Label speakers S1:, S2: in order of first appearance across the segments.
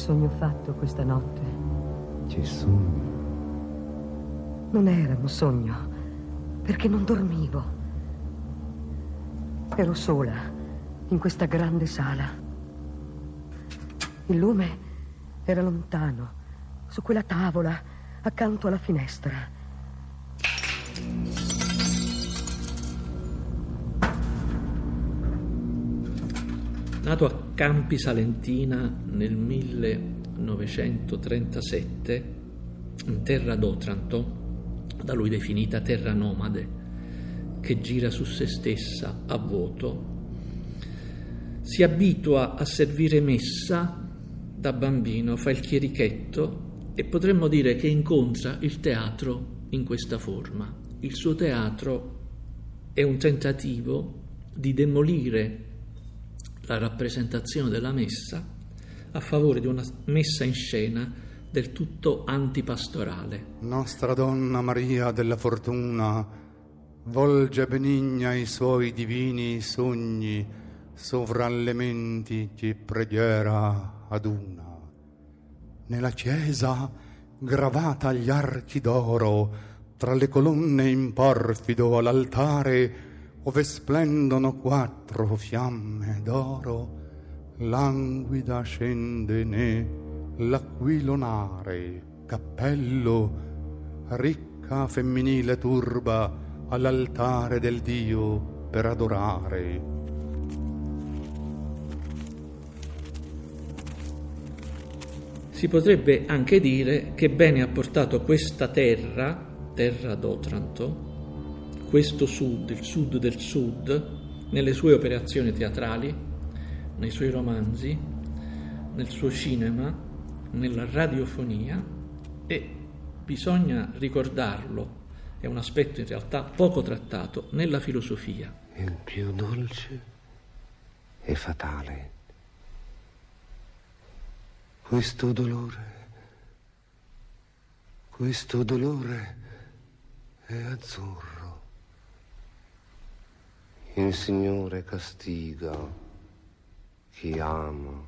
S1: sogno fatto questa notte?
S2: Che sogno?
S1: Non era un sogno, perché non dormivo. Ero sola in questa grande sala. Il lume era lontano, su quella tavola, accanto alla finestra.
S3: Nato a Campi Salentina nel 1937, in terra d'Otranto, da lui definita terra nomade, che gira su se stessa a vuoto, si abitua a servire messa da bambino, fa il chierichetto e potremmo dire che incontra il teatro in questa forma. Il suo teatro è un tentativo di demolire la rappresentazione della messa a favore di una messa in scena del tutto antipastorale.
S4: Nostra Donna Maria della Fortuna volge benigna i suoi divini sogni sovra le menti che preghiera aduna. Nella chiesa, gravata agli archi d'oro, tra le colonne in porfido all'altare, ove splendono 4 fiamme d'oro, languida scende ne l'aquilonare cappello, ricca femminile turba all'altare del Dio per adorare.
S3: Si potrebbe anche dire che bene ha portato questa terra d'Otranto, questo sud, il sud del sud, nelle sue operazioni teatrali, nei suoi romanzi, nel suo cinema, nella radiofonia, e bisogna ricordarlo, è un aspetto in realtà poco trattato, nella filosofia.
S2: Il più dolce e fatale. Questo dolore è azzurro. Il Signore castiga chi ama.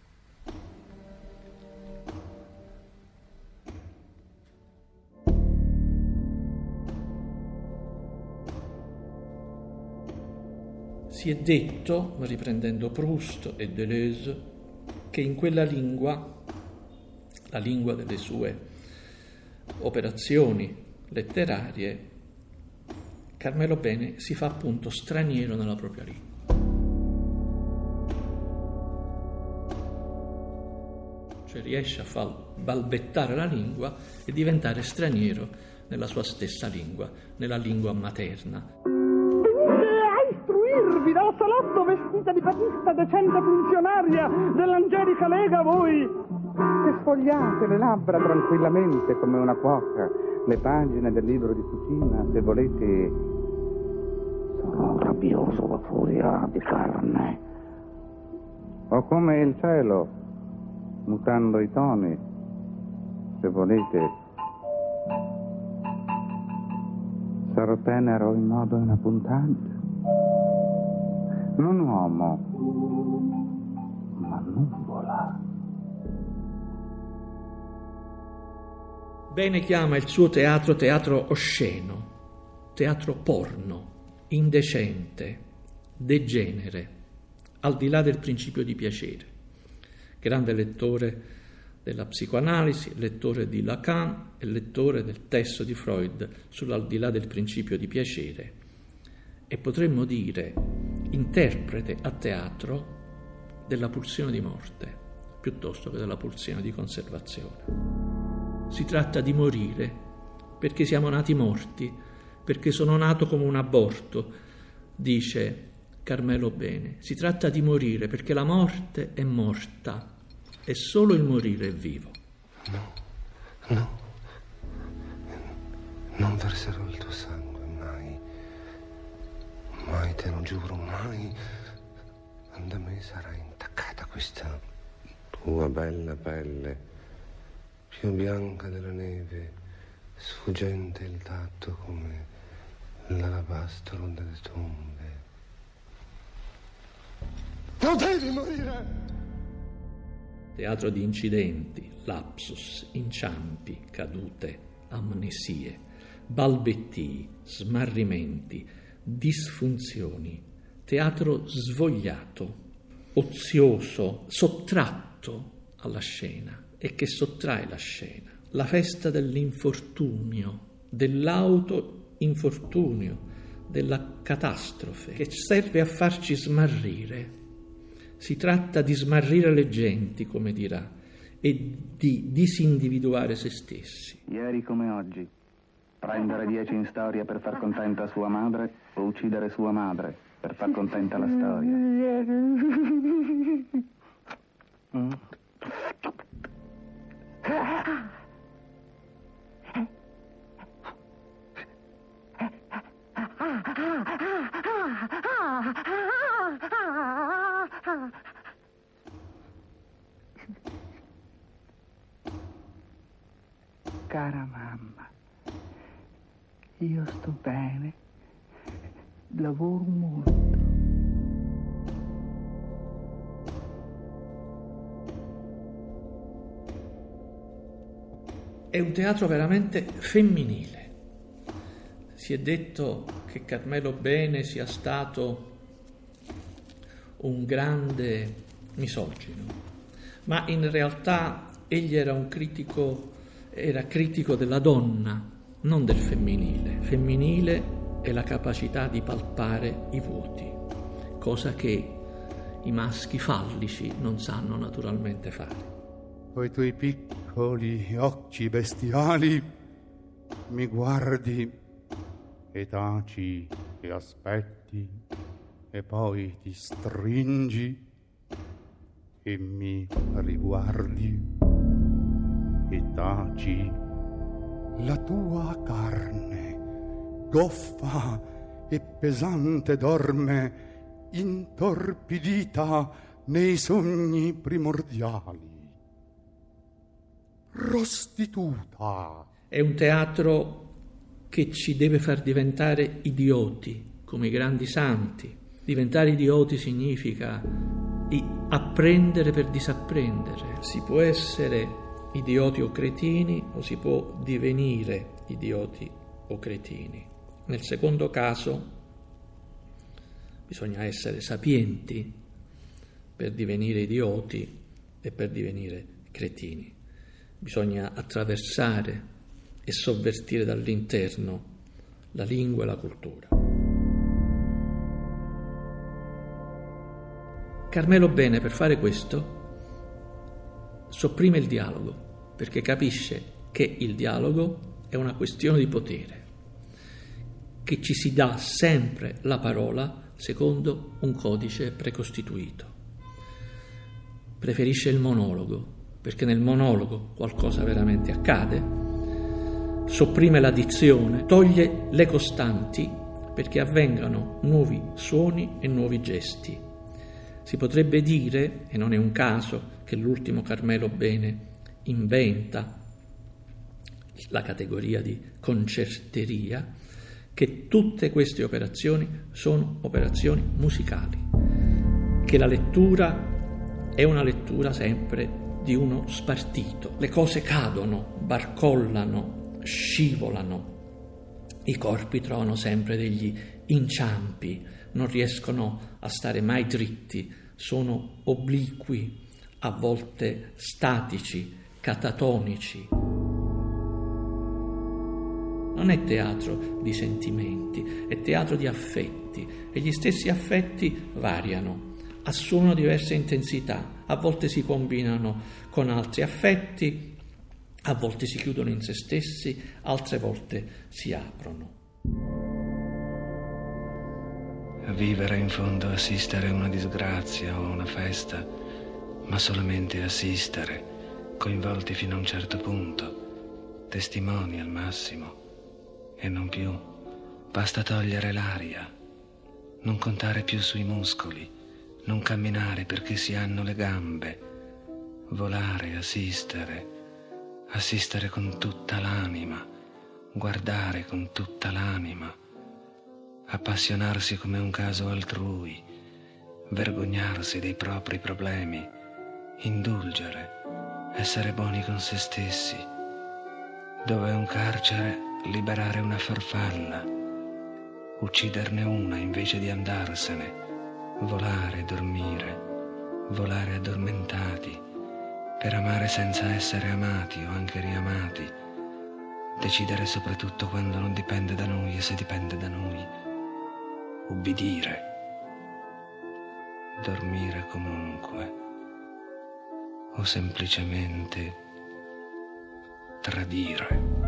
S3: Si è detto, riprendendo Proust e Deleuze, che in quella lingua, la lingua delle sue operazioni letterarie, Carmelo Bene si fa appunto straniero nella propria lingua. Cioè riesce a far balbettare la lingua e diventare straniero nella sua stessa lingua, nella lingua materna.
S5: A istruirvi dal salotto vestita di patista decente funzionaria dell'Angelica Lega, voi che sfogliate le labbra tranquillamente come una cuoca le pagine del libro di cucina, se volete. Sono rabbioso la furia di carne. O come il cielo, mutando i toni, se volete. Sarò tenero in modo inapuntabile. Non uomo, ma nuvola.
S3: Bene chiama il suo teatro osceno, teatro porno, indecente, degenere, al di là del principio di piacere. Grande lettore della psicoanalisi, lettore di Lacan e lettore del testo di Freud sull'al di là del principio di piacere, e potremmo dire interprete a teatro della pulsione di morte piuttosto che della pulsione di conservazione. Si tratta di morire perché siamo nati morti, perché sono nato come un aborto, dice Carmelo Bene. Si tratta di morire perché la morte è morta e solo il morire è vivo.
S2: No, non verserò il tuo sangue, mai te lo giuro, mai. Da me sarà intaccata questa tua bella pelle, più bianca della neve, sfuggente il tatto come l'alabastro delle tombe. Non devi morire!
S3: teatro di incidenti, lapsus, inciampi, cadute, amnesie, balbettii, smarrimenti, disfunzioni, teatro svogliato, ozioso, sottratto alla scena e che sottrae la scena, la festa dell'infortunio, dell'auto-infortunio, della catastrofe, che serve a farci smarrire. Si tratta di smarrire le genti, come dirà, e di disindividuare se stessi.
S6: Ieri come oggi, prendere 10 in storia per far contenta sua madre o uccidere sua madre per far contenta la storia.
S5: Cara mamma, io sto bene, lavoro molto.
S3: È un teatro veramente femminile. Si è detto che Carmelo Bene sia stato un grande misogino, ma in realtà egli era critico della donna, non del femminile. Femminile è la capacità di palpare i vuoti, cosa che i maschi fallici non sanno naturalmente fare.
S4: Coi tuoi piccoli occhi bestiali mi guardi e taci e aspetti e poi ti stringi e mi riguardi e taci. La tua carne goffa e pesante dorme intorpidita nei sogni primordiali. Prostituta.
S3: È un teatro che ci deve far diventare idioti, come i grandi santi. Diventare idioti significa apprendere per disapprendere. Si può essere idioti o cretini o si può divenire idioti o cretini. Nel secondo caso bisogna essere sapienti per divenire idioti e per divenire cretini. Bisogna attraversare e sovvertire dall'interno la lingua e la cultura. Carmelo Bene, per fare questo, sopprime il dialogo, perché capisce che il dialogo è una questione di potere, che ci si dà sempre la parola secondo un codice precostituito. Preferisce il monologo, perché nel monologo qualcosa veramente accade, sopprime la dizione, toglie le costanti perché avvengano nuovi suoni e nuovi gesti. Si potrebbe dire, e non è un caso, che l'ultimo Carmelo Bene inventa la categoria di concerteria, che tutte queste operazioni sono operazioni musicali, che la lettura è una lettura sempre di uno spartito. Le cose cadono, barcollano, scivolano, i corpi trovano sempre degli inciampi, non riescono a stare mai dritti, sono obliqui, a volte statici, catatonici. Non è teatro di sentimenti, è teatro di affetti e gli stessi affetti variano, assumono diverse intensità, a volte si combinano con altri affetti, a volte si chiudono in se stessi, altre volte si aprono.
S2: Vivere in fondo, assistere a una disgrazia o a una festa, ma solamente assistere, coinvolti fino a un certo punto, testimoni al massimo, e non più. Basta togliere l'aria, non contare più sui muscoli, non camminare perché si hanno le gambe, volare, assistere con tutta l'anima, guardare con tutta l'anima, appassionarsi come un caso altrui, vergognarsi dei propri problemi, indulgere, essere buoni con se stessi. Dove è un carcere, liberare una farfalla, ucciderne una invece di andarsene, volare, dormire, volare addormentati, per amare senza essere amati o anche riamati, decidere soprattutto quando non dipende da noi e se dipende da noi, ubbidire, dormire comunque o semplicemente tradire.